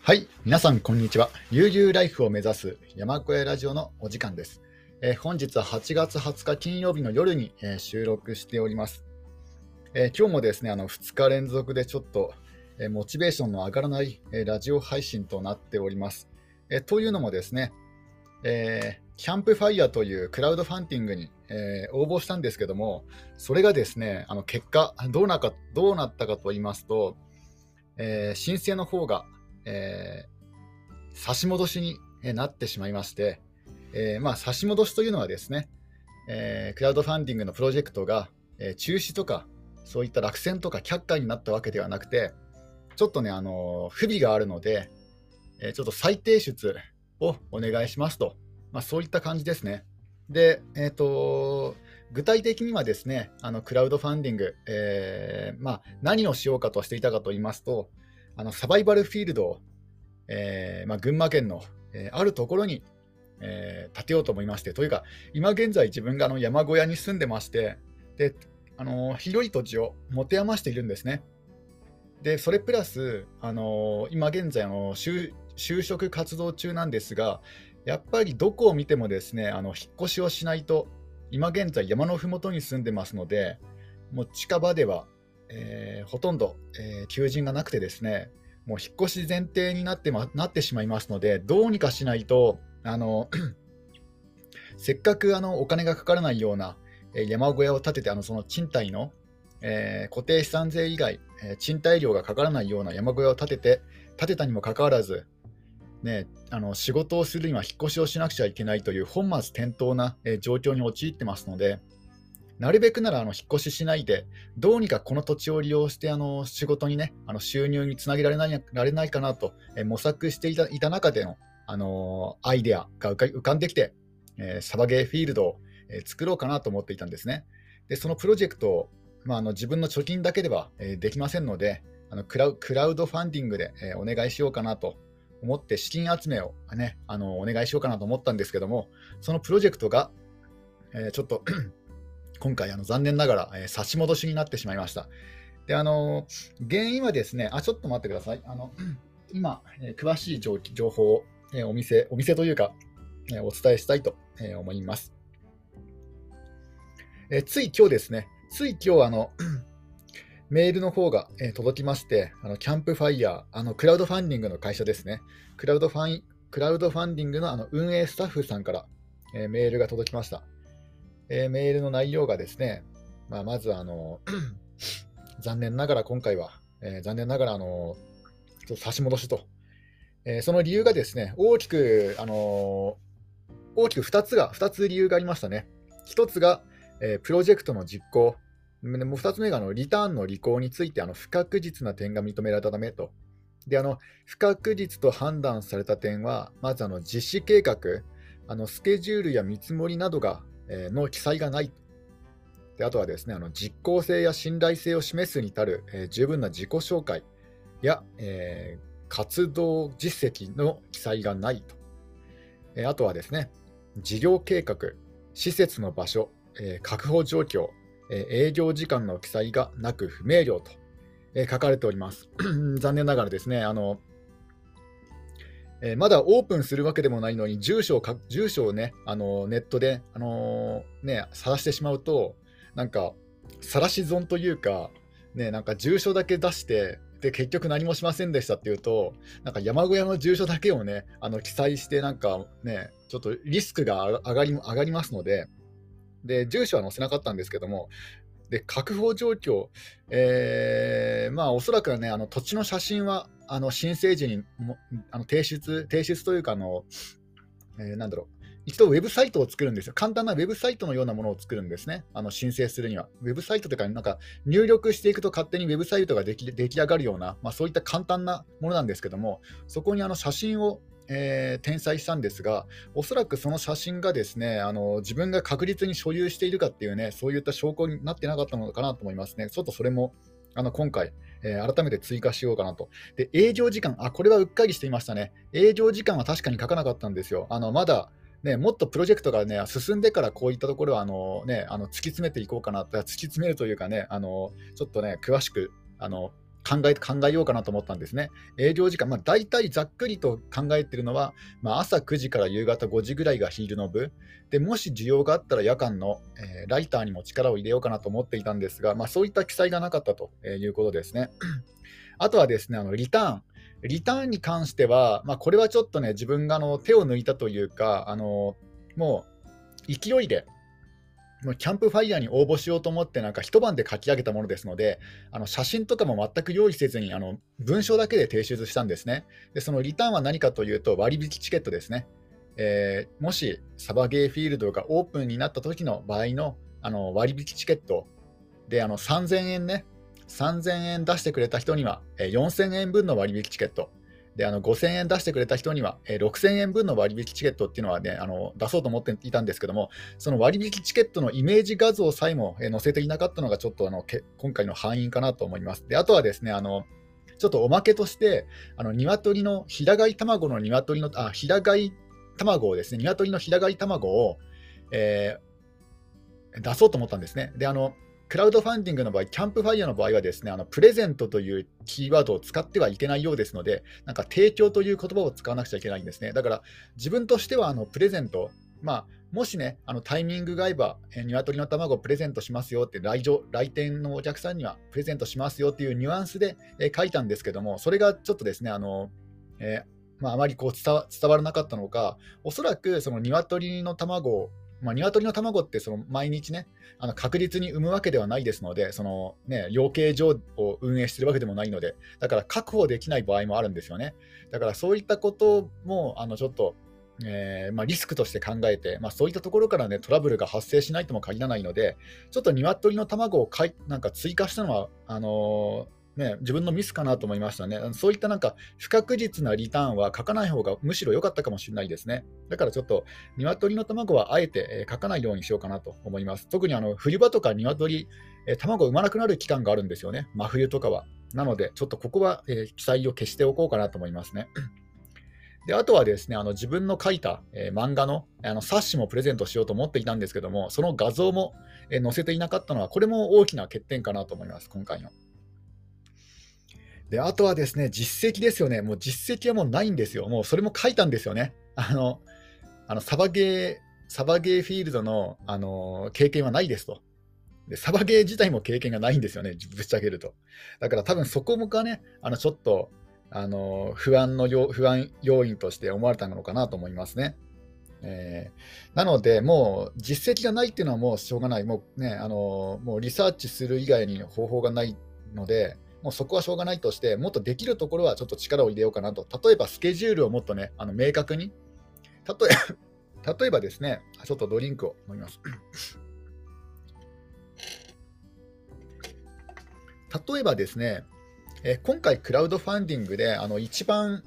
はい、皆さんこんにちは。悠々ライフを目指す山小屋ラジオのお時間です。本日は8月20日金曜日の夜に、収録しております。今日もですね、2日連続でちょっと、モチベーションの上がらない、ラジオ配信となっております。というのもですね、キャンプファイヤーというクラウドファンディングに、応募したんですけども、それがですね、結果どうなったかと言いますと、申請の方が、え差し戻しになってしまいまして、差し戻しというのはですね、クラウドファンディングのプロジェクトが、中止とか、そういった落選とか却下になったわけではなくて、ちょっとね、不備があるので、ちょっと再提出をお願いしますと、そういった感じですね。で、具体的にはですね、クラウドファンディング、何をしようかとしていたかと言いますと、サバイバルフィールドを、群馬県の、あるところに、建てようと思いまして、というか、今現在、自分が山小屋に住んでまして、で広い土地を持て余しているんですね。でそれプラス、今現在就職活動中なんですが、やっぱりどこを見てもですね、引っ越しをしないと、今現在、山のふもとに住んでますので、もう近場では、ほとんど、求人がなくてですね、もう引っ越し前提になってしまいますので、どうにかしないと、せっかくお金がかからないような山小屋を建てて、その賃貸の、固定資産税以外、賃貸料がかからないような山小屋を建てたにもかかわらず、仕事をするには引っ越しをしなくちゃいけないという本末転倒な、状況に陥ってますので、なるべくなら引っ越ししないで、どうにかこの土地を利用して仕事にね、収入につなげられないかなと、模索していた中での、アイデアが浮かんできて、サバゲーフィールドを、作ろうかなと思っていたんですね。でそのプロジェクトを、自分の貯金だけでは、できませんので、クラウドファンディングで、お願いしようかなと思って、資金集めを、ね、お願いしようかなと思ったんですけども、そのプロジェクトが、ちょっと今回残念ながら、差し戻しになってしまいました。で原因はですね、ちょっと待ってください。今、詳しい情報を、お見せというか、お伝えしたいと、思います。つい今日ですね、メールの方が、届きまして、キャンプファイヤー、クラウドファンディングの会社ですね、クラウドファンディングの、運営スタッフさんから、メールが届きました。メールの内容がですね、まず残念ながら今回は、残念ながらちょっと差し戻しと、その理由がですね、大きく2つ理由がありましたね。1つが、プロジェクトの実行、もう2つ目がリターンの履行について不確実な点が認められたためと。で不確実と判断された点は、まず実施計画、スケジュールや見積もりなどの記載がない。であとはですね、実効性や信頼性を示すに至る、十分な自己紹介や、活動実績の記載がないと。あとはですね、事業計画、施設の場所、確保状況、営業時間の記載がなく不明瞭と、書かれております。残念ながらですね、まだオープンするわけでもないのに、住所をね、ネットで、晒してしまうと、なんか、晒し損というか、なんか住所だけ出して、で結局何もしませんでしたっていうと、なんか山小屋の住所だけをね、記載して、なんかね、ちょっとリスクが上がりますので、住所は載せなかったんですけども、で確保状況、おそらくはね、土地の写真は申請時にも提出というかなんだろう、一度ウェブサイトを作るんですよ。簡単なウェブサイトのようなものを作るんですね。申請するには。ウェブサイトというか、なんか入力していくと勝手にウェブサイトが出来上がるような、そういった簡単なものなんですけども、そこに写真を、転載したんですが、おそらくその写真がですね、自分が確実に所有しているかっていうね、そういった証拠になってなかったのかなと思いますね。ちょっとそれも今回、改めて追加しようかなと。で、営業時間、これはうっかりしていましたね。営業時間は確かに書かなかったんですよ。まだもっとプロジェクトが、進んでからこういったところは突き詰めていこうかな、突き詰めるというかね、ちょっとね、詳しく考えようかなと思ったんですね。営業時間、大体ざっくりと考えているのは、朝9時から夕方5時ぐらいがヒールの部で、もし需要があったら夜間の、ライターにも力を入れようかなと思っていたんですが、そういった記載がなかったということですね。あとはですね、リターンに関しては、これはちょっとね、自分が手を抜いたというか、もう勢いで、もうキャンプファイヤーに応募しようと思って、なんか一晩で書き上げたものですので、写真とかも全く用意せずに、文章だけで提出したんですね。で、そのリターンは何かというと、割引チケットですね。もしサバゲーフィールドがオープンになった時の場合の、割引チケットで3000円ね、3000円出してくれた人には4000円分の割引チケット。で5000円出してくれた人には6000円分の割引チケットっていうのはね、出そうと思っていたんですけども、その割引チケットのイメージ画像さえも載せていなかったのがちょっと今回の敗因かなと思います。で、あとはですね、ちょっとおまけとして、鶏の平飼い卵の平飼い卵をですね、鶏の平飼い卵を、出そうと思ったんですね。で、クラウドファンディングの場合、キャンプファイヤーの場合はですね、プレゼントというキーワードを使ってはいけないようですので、なんか提供という言葉を使わなくちゃいけないんですね。だから自分としてはプレゼント、もしね、タイミングが合えば、鶏の卵をプレゼントしますよって来店のお客さんにはプレゼントしますよっていうニュアンスで、書いたんですけども、それがちょっとですね、あまりこう伝わらなかったのか、おそらくその鶏の卵を鶏の卵ってその毎日ね、確実に産むわけではないですので、そのね、養鶏場を運営しているわけでもないので、だから確保できない場合もあるんですよね。だからそういったこともちょっと、リスクとして考えて、そういったところからね、トラブルが発生しないとも限らないので、ちょっと鶏の卵をなんか追加したのは、自分のミスかなと思いましたね。そういったなんか不確実なリターンは書かない方がむしろ良かったかもしれないですね。だからちょっと鶏の卵はあえて書かないようにしようかなと思います。特に冬場とか鶏、卵を産まなくなる期間があるんですよね、真冬とかは。なので、ちょっとここは記載を消しておこうかなと思いますね。で、あとはですね、自分の書いた、漫画の、冊子もプレゼントしようと思っていたんですけども、その画像も、載せていなかったのは、これも大きな欠点かなと思います、今回の。で、あとはですね、実績ですよね。もう実績はもうないんですよ。もうそれも書いたんですよね。サバゲーフィールドの、経験はないですと。で、サバゲー自体も経験がないんですよね、ぶっちゃけると。だから多分そこがね、ちょっと、不安要因として思われたのかなと思いますね。なので、もう実績がないっていうのはもうしょうがない、もうね、もうリサーチする以外に方法がないので、もうそこはしょうがないとして、もっとできるところはちょっと力を入れようかなと、例えばスケジュールをもっとね、明確に、例例えばですね、ちょっとドリンクを飲みます。例えばですね、今回、クラウドファンディングで、一番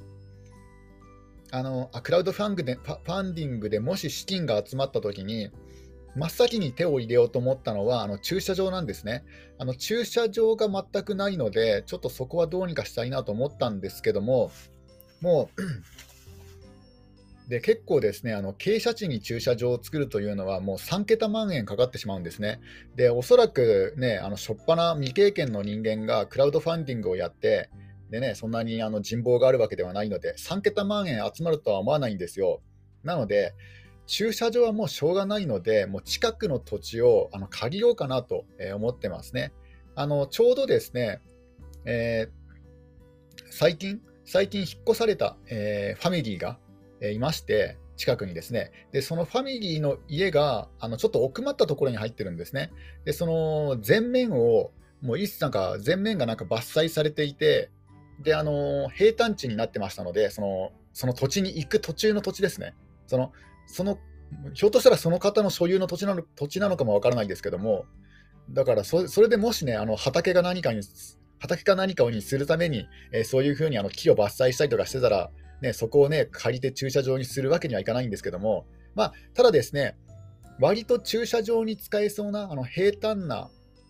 クラウドファンディングでもし資金が集まったときに、真っ先に手を入れようと思ったのは駐車場なんですね。駐車場が全くないので、ちょっとそこはどうにかしたいなと思ったんですけども、もうで結構ですね、傾斜地に駐車場を作るというのは、もう3桁万円かかってしまうんですね。で、おそらくね、しょっぱな未経験の人間がクラウドファンディングをやって、でね、そんなに人望があるわけではないので、3桁万円集まるとは思わないんですよ。なので、駐車場はもうしょうがないので、もう近くの土地を借りようかなと思ってますね。ちょうどですね、えー最近引っ越された、ファミリーがいまして、近くにですね。で、そのファミリーの家が、ちょっと奥まったところに入ってるんですね。で、その前面を、もうなんか前面がなんか伐採されていて、で、平坦地になってましたので、その土地に行く途中の土地ですね。その、その、ひょっとしたらその方の所有の土地なのかもわからないんですけども、だからそれでもしね、畑か何かにするために、そういうふうに木を伐採したりとかしてたら、ね、そこをね、借りて駐車場にするわけにはいかないんですけども、ただですね、割と駐車場に使えそうな平坦な、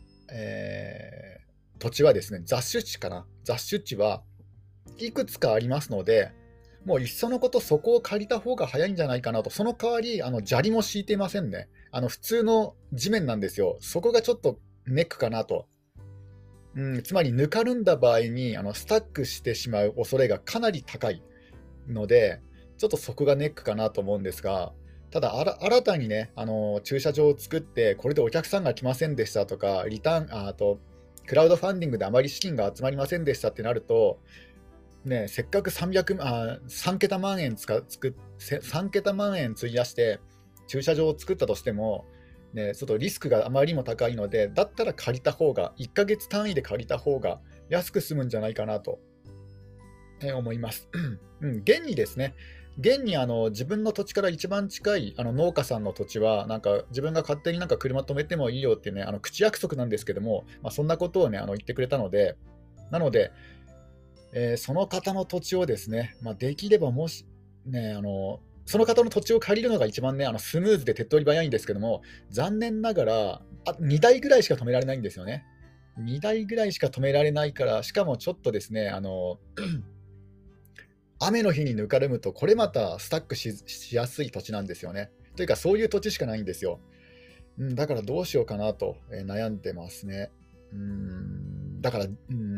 土地はですね、雑種地はいくつかありますので、もういっそのことそこを借りた方が早いんじゃないかなと。その代わり、砂利も敷いていませんね。普通の地面なんですよ。そこがちょっとネックかなと。 つまりぬかるんだ場合にスタックしてしまう恐れがかなり高いので、ちょっとそこがネックかなと思うんですが、ただ新たにね、駐車場を作って、これでお客さんが来ませんでしたとか、リターン、あと、クラウドファンディングであまり資金が集まりませんでしたってなると、ね、せっかく3桁万円3桁万円費やして駐車場を作ったとしても、ね、ちょっとリスクがあまりにも高いので、だったら借りた方が、1ヶ月単位で借りた方が安く済むんじゃないかなと思います。現にですね、現に自分の土地から一番近い農家さんの土地は、なんか自分が勝手になんか車止めてもいいよってね、口約束なんですけども、そんなことをね、言ってくれたので、なので、その方の土地をですね、できればもし、ね、その方の土地を借りるのが一番ね、スムーズで手っ取り早いんですけども、残念ながら、2台ぐらいしか止められないんですよね。2台ぐらいしか止められないから、しかもちょっとですね、雨の日にぬかるむと、これまたスタックしやすい土地なんですよね。というか、そういう土地しかないんですよ。だからどうしようかなと、悩んでますね。だから、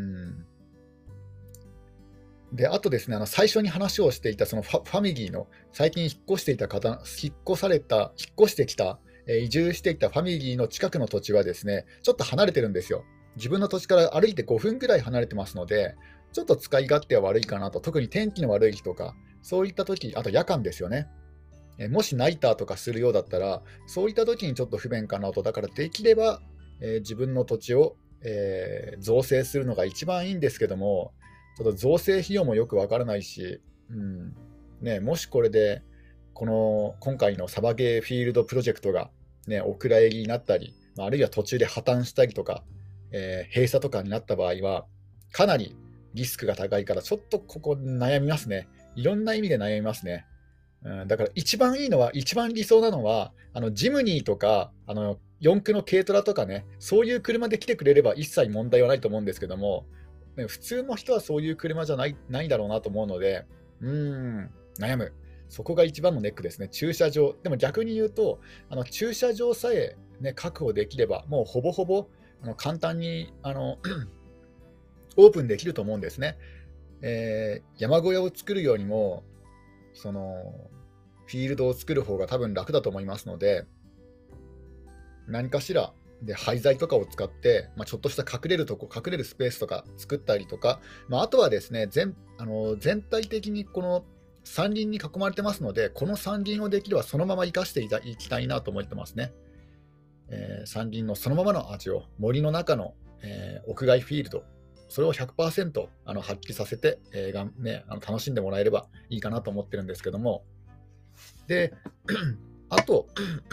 で、あとですね、最初に話をしていたそのファミリーの、最近引っ越していた方、引っ越してきた、移住していたファミリーの近くの土地はですね、ちょっと離れてるんですよ。自分の土地から歩いて5分ぐらい離れてますので、ちょっと使い勝手は悪いかなと、特に天気の悪い日とか、そういった時、あと夜間ですよね。もしナイターとかするようだったら、そういった時にちょっと不便かなと、だからできれば、自分の土地を、造成するのが一番いいんですけども、ちょっと造成費用もよくわからないし、もしこれで、今回のサバゲーフィールドプロジェクトが、お蔵入りになったり、あるいは途中で破綻したりとか、閉鎖とかになった場合は、かなりリスクが高いから、ちょっとここ悩みますね。いろんな意味で悩みますね。だから一番いいのは、一番理想なのは、ジムニーとか、四駆の軽トラとかね、そういう車で来てくれれば一切問題はないと思うんですけども、普通の人はそういう車じゃないだろうなと思うので、悩む。そこが一番のネックですね。駐車場。でも逆に言うと、駐車場さえ、確保できれば、もうほぼほぼ簡単にオープンできると思うんですね。山小屋を作るよりも、そのフィールドを作る方が多分楽だと思いますので、何かしらで廃材とかを使って、ちょっとした隠れるスペースとか作ったりとか、あとはですね、全体的にこの山林に囲まれてますので、この山林をできればそのまま生かしていきたいなと思ってますね。山林のそのままの味を、森の中の、屋外フィールド、それを 100% 発揮させて、楽しんでもらえればいいかなと思ってるんですけども、で、あと、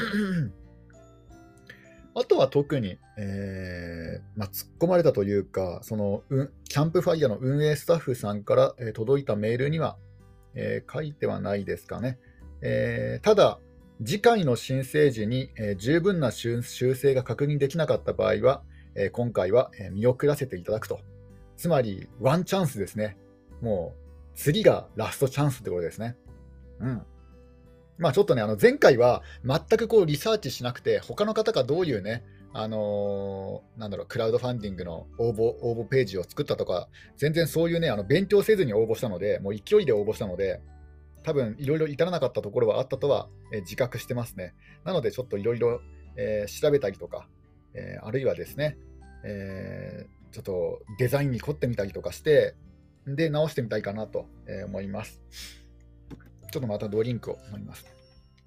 あとは特に、突っ込まれたというか、キャンプファイヤーの運営スタッフさんから、届いたメールには、書いてはないですかね。ただ、次回の申請時に、十分な修正が確認できなかった場合は、今回は、見送らせていただくと。つまり、ワンチャンスですね。もう、次がラストチャンスってことですね。ちょっとね、前回は全くリサーチしなくて、他の方がどういうね、クラウドファンディングの応募ページを作ったとか、全然そういうね、勉強せずに応募したので、もう勢いで応募したので、多分いろいろ至らなかったところはあったとは、自覚してますね。なので、ちょっといろいろ調べたりとか、あるいはですね、ちょっとデザインに凝ってみたりとかして、で、直してみたいかなと思います。ちょっとまたドリンクを飲みます。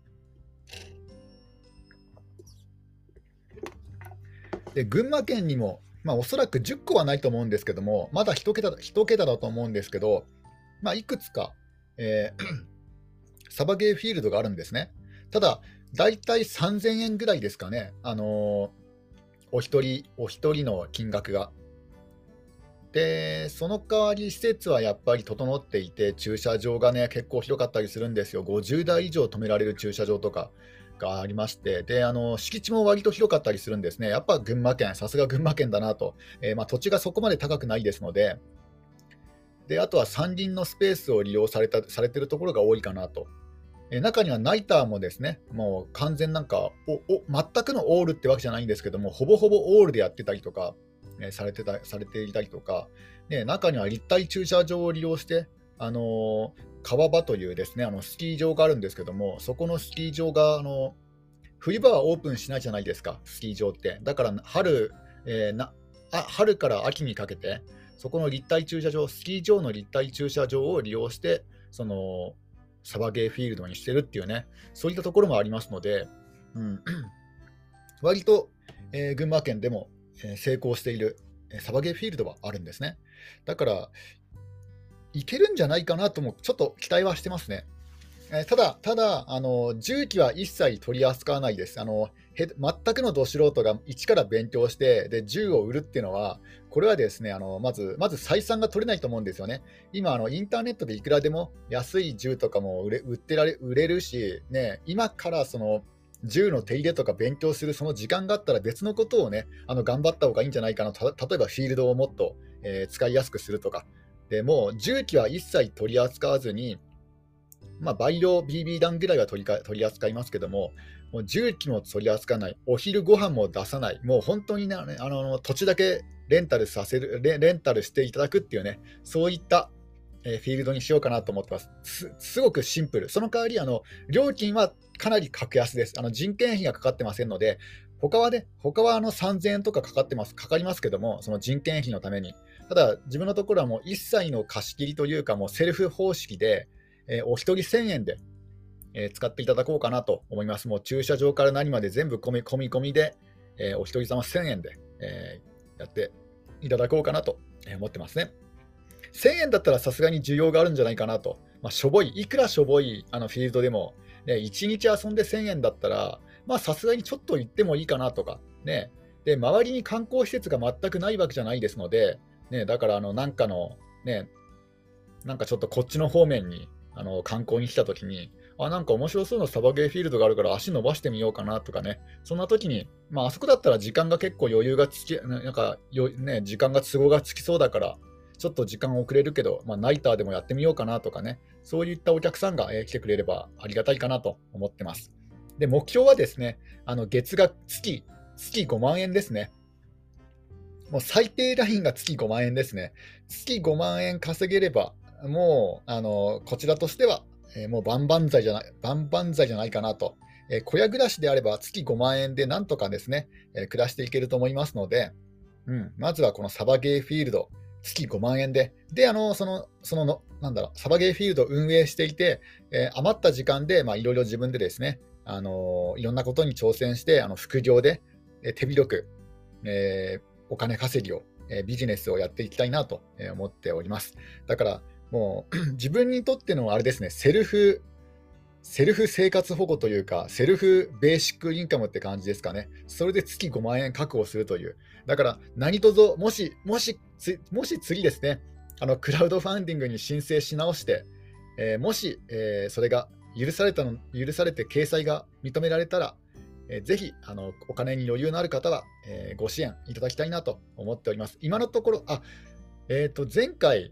で、群馬県にも、おそらく10個はないと思うんですけども、まだ1桁だと思うんですけど、いくつか、サバゲーフィールドがあるんですね。ただ、だいたい3000円ぐらいですかね、お一人の金額が。で、その代わり施設はやっぱり整っていて、駐車場がね、結構広かったりするんですよ。50台以上止められる駐車場とかがありまして、で、敷地も割と広かったりするんですね。やっぱ群馬県、さすが群馬県だなと。土地がそこまで高くないですので、で、あとは山林のスペースを利用されているところが多いかなと。中にはナイターもですね、もう完全全くのオールってわけじゃないんですけども、ほぼほぼオールでやってたりとかされていたりとか、中には立体駐車場を利用して、川場というですね、スキー場があるんですけども、そこのスキー場が冬場はオープンしないじゃないですか、スキー場って。だから春から秋にかけて、そこの立体駐車場、スキー場の立体駐車場を利用して、サバゲーフィールドにしてるっていうね、そういったところもありますので、うん、割と、群馬県でも、成功している、サバゲーフィールドはあるんですね。だから、いけるんじゃないかなとも、ちょっと期待はしてますね。ただ重機は一切取り扱わないです。全くのど素人が一から勉強して、で銃を売るっていうのは、これはですね、まず採算が取れないと思うんですよね。今、インターネットでいくらでも安い銃とかも売れるし、ね、今から銃の手入れとか勉強するその時間があったら別のことをね、頑張った方がいいんじゃないかな。例えばフィールドをもっと、使いやすくするとか。でもう重機は一切取り扱わずに、培養 BB 弾ぐらいは取り扱いますけども、もう重機も取り扱わない、お昼ご飯も出さない、もう本当にね、土地だけレンタルしていただくっていうね、そういったフィールドにしようかなと思ってます。すごくシンプル。その代わり、料金はかなり格安です。人件費がかかってませんので、他は3000円とかかかりますけども、その人件費のために。ただ、自分のところはもう一切の貸し切りというか、もうセルフ方式で、お一人1000円で、使っていただこうかなと思います。もう駐車場から何まで全部込みで、お一人様1000円で、やっていただこうかなと思ってますね。1000円だったらさすがに需要があるんじゃないかなと。いくらしょぼいフィールドでも、1日遊んで1000円だったら、さすがにちょっと行ってもいいかなとか、ね。で、周りに観光施設が全くないわけじゃないですので、だからなんかちょっとこっちの方面に観光に来たときに、なんか面白そうなサバゲーフィールドがあるから足伸ばしてみようかなとかね、そんな時に、あそこだったら時間が結構余裕がつき、なんか時間が都合がつきそうだから、ちょっと時間遅れるけど、ナイターでもやってみようかなとかね、そういったお客さんが来てくれればありがたいかなと思ってます。で、目標はですね、月5万円ですね。もう最低ラインが月5万円ですね。月5万円稼げれば、もうこちらとしては、もう万々歳じゃないかなと。小屋暮らしであれば月5万円でなんとかですね、暮らしていけると思いますので、まずはこのサバゲーフィールド、月5万円で、サバゲーフィールドを運営していて、余った時間で、いろいろ自分でですね、いろんなことに挑戦して、副業で、手広く、お金稼ぎを、ビジネスをやっていきたいなと思っております。だからもう自分にとってのあれですね、セルフ生活保護というか、セルフベーシックインカムって感じですかね。それで月5万円確保するという。だから何卒、もし次ですね、クラウドファンディングに申請し直して、もし、それが許されて掲載が認められたら、ぜひお金に余裕のある方は、ご支援いただきたいなと思っております。今のところ、前回、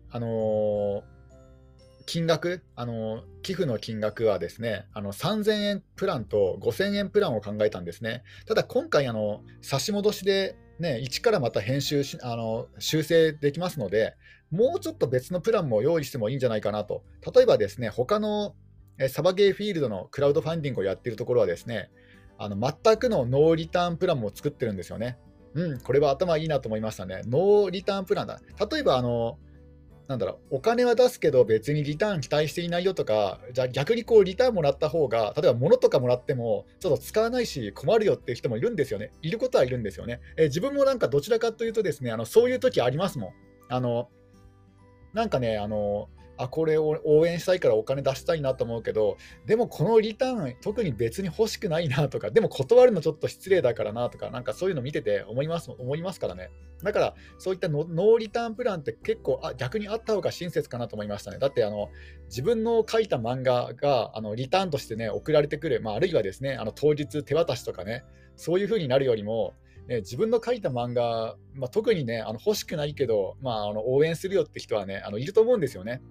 金額、寄付の金額はですね、3000円プランと5000円プランを考えたんですね。ただ今回、差し戻しで、一からまた修正できますので、もうちょっと別のプランも用意してもいいんじゃないかなと。例えばですね、他のサバゲーフィールドのクラウドファンディングをやっているところはですね、全くのノーリターンプランも作ってるんですよね。これは頭いいなと思いましたね。ノーリターンプランだ。例えば、お金は出すけど別にリターン期待していないよとか、じゃあ逆にリターンもらった方が、例えば物とかもらってもちょっと使わないし困るよっていう人もいるんですよね。いることはいるんですよね。自分もなんかどちらかというとですね、そういう時ありますもん。なんかね、これを応援したいからお金出したいなと思うけど、でもこのリターン、特に別に欲しくないなとか、でも断るのちょっと失礼だからなとか、なんかそういうの見てて思いますからね。だから、そういったノーリターンプランって結構、逆にあった方が親切かなと思いましたね。だって、自分の書いた漫画がリターンとしてね、送られてくる、あるいはですね、当日手渡しとかね、そういう風になるよりも、自分の書いた漫画、特にね、欲しくないけど、応援するよって人はね、いると思うんですよね。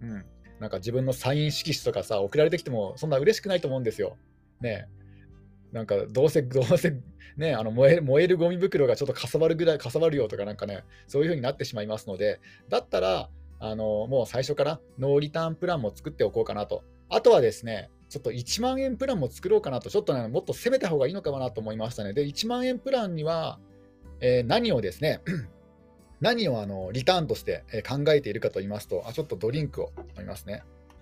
なんか自分のサイン色紙とかさ、送られてきても、そんな嬉しくないと思うんですよ。ねなんかどうせね、燃えるゴミ袋がちょっとかさばるぐらいかさばるよとかなんかね、そういう風になってしまいますので、だったら、もう最初からノーリターンプランも作っておこうかなと。あとはですね、ちょっと1万円プランも作ろうかなと、ちょっとね、もっと攻めた方がいいのかなと思いましたね。で、1万円プランには、何をですね、何をリターンとして考えているかと言いますと、ちょっとドリンクを飲みますね。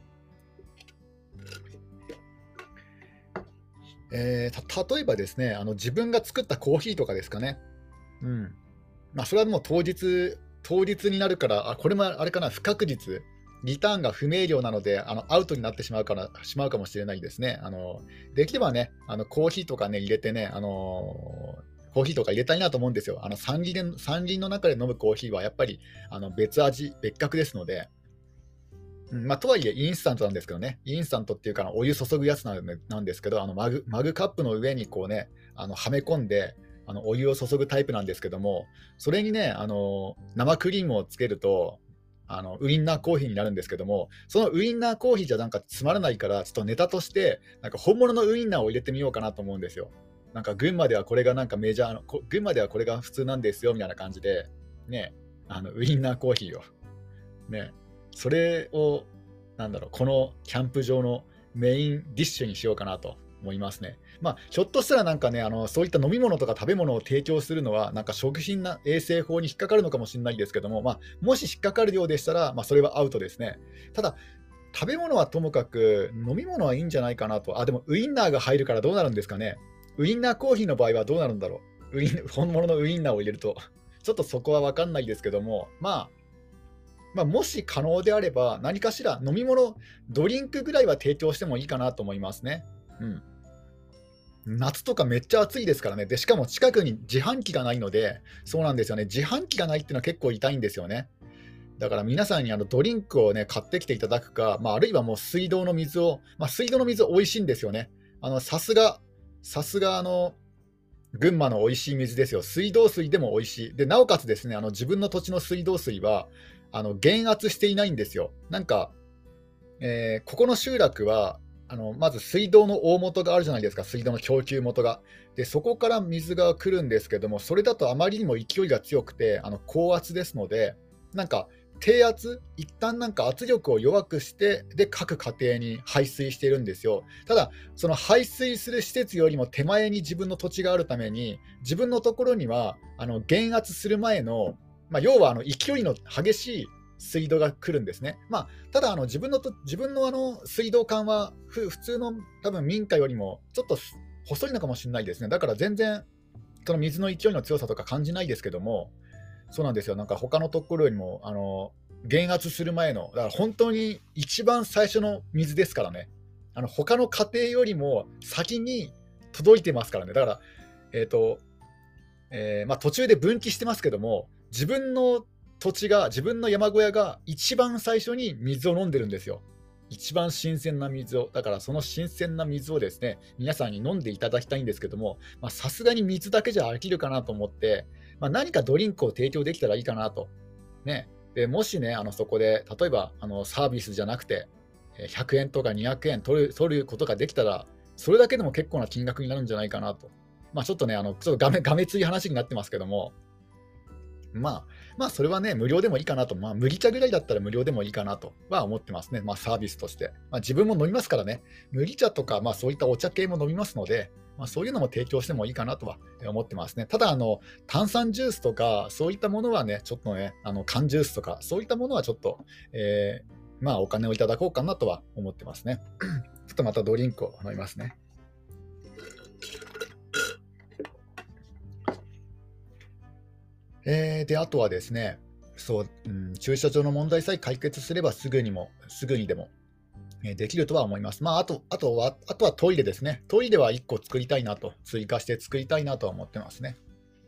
例えばですね、自分が作ったコーヒーとかですかね。うん。それはもう当日になるから、これもあれかな、不確実、リターンが不明瞭なので、アウトになってしまうかもしれないですね。できればね、コーヒーとかね、入れてね、コーヒーとか入れたいなと思うんですよ。山林の中で飲むコーヒーはやっぱり別味、別格ですので、とはいえ、インスタントなんですけどね、インスタントっていうか、お湯注ぐやつなんですけど、マグカップの上にこうね、はめ込んで、お湯を注ぐタイプなんですけども、それにね、生クリームをつけると、ウインナーコーヒーになるんですけども、そのウインナーコーヒーじゃなんかつまらないから、ちょっとネタとして、なんか本物のウインナーを入れてみようかなと思うんですよ。なんか群馬ではこれがなんかメジャーの、群馬ではこれが普通なんですよみたいな感じで、ね、ウインナーコーヒーを。ね、それを、このキャンプ場のメインディッシュにしようかなと思いますね。ひょっとしたらなんかね、そういった飲み物とか食べ物を提供するのは、なんか食品な衛生法に引っかかるのかもしれないですけども、もし引っかかるようでしたら、それはアウトですね。ただ、食べ物はともかく、飲み物はいいんじゃないかなと。でもウインナーが入るからどうなるんですかね。ウインナーコーヒーの場合はどうなるんだろう。本物のウインナーを入れると。ちょっとそこは分かんないですけども、もし可能であれば、何かしら飲み物、ドリンクぐらいは提供してもいいかなと思いますね。うん。夏とかめっちゃ暑いですからね。で、しかも近くに自販機がないので、そうなんですよね。自販機がないっていうのは結構痛いんですよね。だから皆さんにドリンクをね、買ってきていただくか、あるいはもう水道の水を、水道の水美味しいんですよね。さすが群馬の美味しい水ですよ。水道水でも美味しい。で、なおかつですね、自分の土地の水道水は、減圧していないんですよ。なんか、ここの集落は、まず水道の大元があるじゃないですか、水道の供給元が。で、そこから水が来るんですけども、それだとあまりにも勢いが強くて、高圧ですので、なんか、低圧、一旦なんか圧力を弱くして、で、各家庭に排水しているんですよ。ただ、その排水する施設よりも手前に自分の土地があるために、自分のところには、減圧する前の、要は勢いの激しい水道が来るんですね。ただ自分の水道管は普通の多分民家よりもちょっと細いのかもしれないですね。だから全然その水の勢いの強さとか感じないですけども、そうなんですよ。なんか他のところよりも減圧する前の、だから本当に一番最初の水ですからね。他の家庭よりも先に届いてますからね。だから、途中で分岐してますけども、自分の土地が、自分の山小屋が一番最初に水を飲んでるんですよ。一番新鮮な水を。だからその新鮮な水をですね、皆さんに飲んでいただきたいんですけども、さすがに水だけじゃ飽きるかなと思って、何かドリンクを提供できたらいいかなと。ね。でもしね、そこで、例えばサービスじゃなくて、100円とか200円取ることができたら、それだけでも結構な金額になるんじゃないかなと。ちょっとね、ちょっとがめつい話になってますけども、それはね、無料でもいいかなと、麦茶ぐらいだったら無料でもいいかなとは思ってますね、サービスとして。自分も飲みますからね、麦茶とか、そういったお茶系も飲みますので、そういうのも提供してもいいかなとは思ってますね。ただ、炭酸ジュースとか、そういったものはね、ちょっとね、缶ジュースとか、そういったものはちょっと、お金をいただこうかなとは思ってますね。ちょっとまたドリンクを飲みますね。で、あとはですね、駐車場の問題さえ解決すればすぐにでも、できるとは思います。あとはトイレですね。トイレは1個追加して作りたいなとは思ってますね。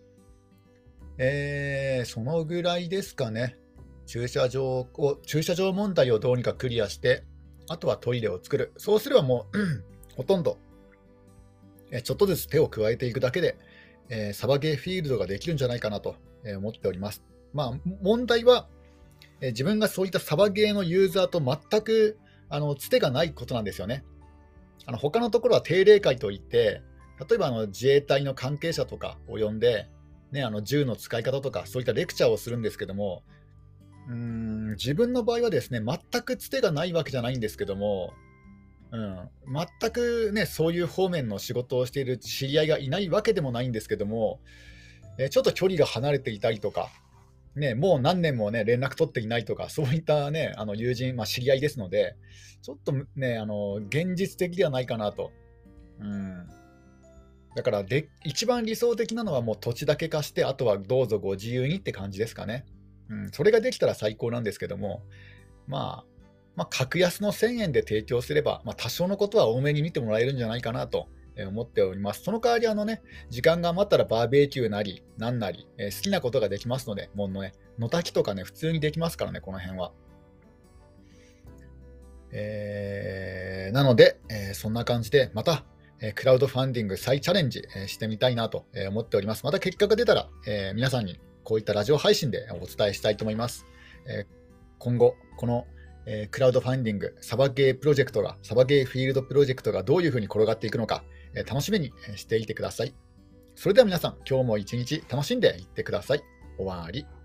そのぐらいですかね。駐車場問題をどうにかクリアして、あとはトイレを作る。そうすればもう、ほとんど、ちょっとずつ手を加えていくだけで、サバゲーフィールドができるんじゃないかなと思っております。問題は、自分がそういったサバゲーのユーザーと全くつてがないことなんですよね。他のところは定例会といって、 例えば自衛隊の関係者とかを呼んで、ね、銃の使い方とか、そういったレクチャーをするんですけども、自分の場合はですね、全くつてがないわけじゃないんですけども、全くね、そういう方面の仕事をしている知り合いがいないわけでもないんですけども、ちょっと距離が離れていたりとか、ね、もう何年もね、連絡取っていないとか、そういったね、友人、知り合いですので、ちょっとね、現実的ではないかなと。うん。だから一番理想的なのはもう土地だけ貸して、あとはどうぞご自由にって感じですかね。それができたら最高なんですけども、まあ、格安の1000円で提供すれば、多少のことは多めに見てもらえるんじゃないかなと思っております。その代わり時間が余ったらバーベキューなり、なんなり、好きなことができますので、もうね、野炊きとかね、普通にできますからね、この辺は。なので、そんな感じで、また、クラウドファンディング再チャレンジ、してみたいなと思っております。また結果が出たら、皆さんにこういったラジオ配信でお伝えしたいと思います。今後、このクラウドファンディング、サバゲープロジェクトが、サバゲーフィールドプロジェクトがどういうふうに転がっていくのか、楽しみにしていてください。それでは皆さん、今日も一日楽しんでいってください。終わり。